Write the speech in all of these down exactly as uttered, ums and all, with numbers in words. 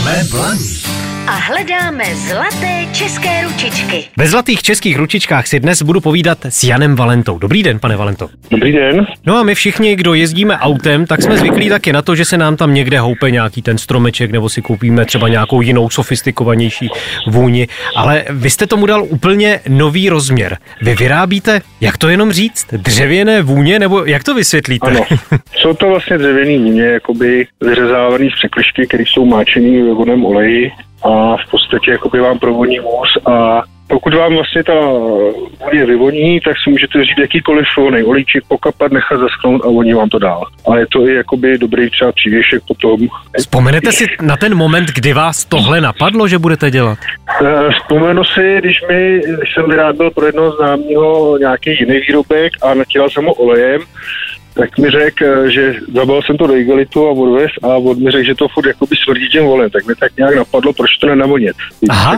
Jsme blaní. A hledáme zlaté české ručičky. Ve zlatých českých ručičkách si dnes budu povídat s Janem Valentou. Dobrý den, pane Valento. Dobrý den. No a my všichni, kdo jezdíme autem, tak jsme zvyklí taky na to, že se nám tam někde houpe nějaký ten stromeček, nebo si koupíme třeba nějakou jinou sofistikovanější vůni. Ale vy jste tomu dal úplně nový rozměr. Vy vyrábíte, jak to jenom říct, dřevěné vůně, nebo jak to vysvětlíte? Ano, jsou to vlastně dřevěný vůně, jakoby vyřezávaný z překližky, které jsou máčený ve vodném oleji a v podstatě jakoby vám provoní vůz a pokud vám vlastně ta vůně vyvoní, tak si můžete vzít jakýkoliv vonej olejček, pokapat, nechat zaschnout a voní vám to dál. A je to i jakoby dobrý třeba přívěšek potom. Vzpomenete si na ten moment, kdy vás tohle napadlo, že budete dělat? Vzpomenu si, když mi, když jsem vyráběl pro jednoho známého nějaký jiný výrobek a natíral jsem ho olejem, tak mi řekl, že zabal jsem to do igelitu a odvez a on mi řekl, že to furt jakoby smrdí tím volem, tak mi tak nějak napadlo, proč to nenavonět. Aha.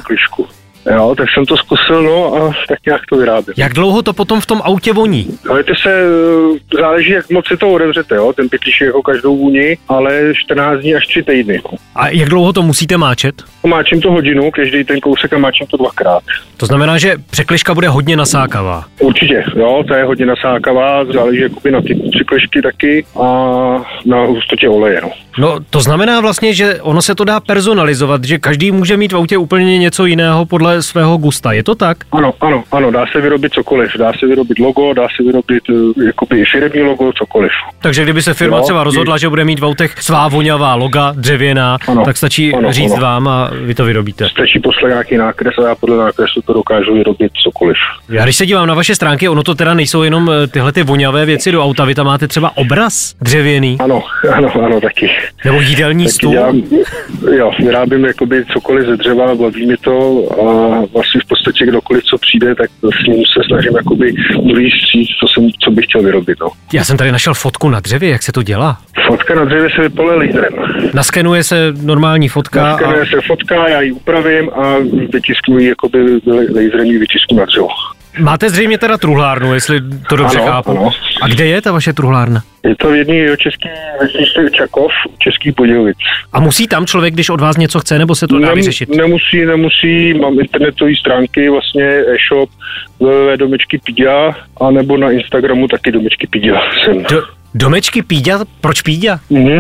Jo, tak jsem to zkusil, no a tak nějak to vyrábím. Jak dlouho to potom v tom autě voní? Hledajte se, záleží, jak moc si to otevřete, jo, ten pytlíšek jako každou vůni, ale čtrnáct dní až tři týdny. A jak dlouho to musíte máčet? Máčím to hodinu, každý ten kousek a máčím to dvakrát. To znamená, že překližka bude hodně nasákavá. Určitě, jo, to je hodně nasákavá, záleží jakoby na typu překližky taky a na hustotě oleje, no. No, to znamená vlastně, že ono se to dá personalizovat, že každý může mít v autě úplně něco jiného podle svého gusta, je to tak? Ano, ano, ano, dá se vyrobit cokoliv, dá se vyrobit logo, dá se vyrobit jakoby i firemní logo, cokoliv. Takže kdyby se firma no, třeba rozhodla, že bude mít v autech svá voňavá loga, dřevěná, ano, tak stačí ano, říct ano. vám a vy to vyrobíte. Stačí poslat nějaký nákres a já podle nákresu to dokážu vyrobit cokoliv. Já když se dívám na vaše stránky, ono to teda nejsou jenom tyhle ty voňavé věci do auta, vy tam máte třeba obraz dřevěný. Ano, ano, ano, taky. Nebo jídelní taky stůl. Dělám, jo, vyrábím jakoby cokoliv ze dřeva, baví mi to a vlastně v podstatě kdokoliv, co přijde, tak s ním se snažím jakoby druhý stříc, co, jsem, co bych chtěl vyrobit. No. Já jsem tady našel fotku na dřevě, jak se to dělá? Fotka na dřevě se vypale laserem. Naskenuje se normální fotka. Naskenuje a... se fotka, já ji upravím a vytisknu ji jakoby laserem ji vytisknu na dřevo. Máte zřejmě teda truhlárnu, jestli to dobře ano, chápu. Ano. A kde je ta vaše truhlárna? Je to v jedný český vesnici Čakov, Český Budějovic. A musí tam člověk, když od vás něco chce, nebo se to dá Nem, vyřešit? Nemusí, nemusí, mám internetové stránky, vlastně e-shop w w w tečka domečky píďa a nebo na Instagramu taky domečky píďa jsem. Do, domečky píďa? Proč píďa? Mhm.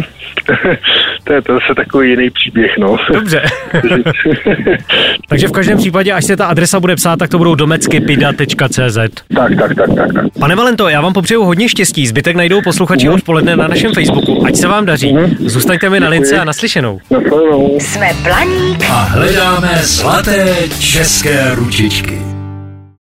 to je to zase takový jiný příběh, no. Dobře. Takže v každém případě, až se ta adresa bude psát, tak to budou domecky píďa tečka cé zet. Tak, tak, tak, tak, tak. Pane Valento, já vám popřeju hodně štěstí, zbytek najdou posluchači mm. odpoledne na našem Facebooku. Ať se vám daří. Mm. Zůstaňte mi na lince a naslyšenou. Naslyšenou. Jsme Blaník A hledáme zlaté české ručičky.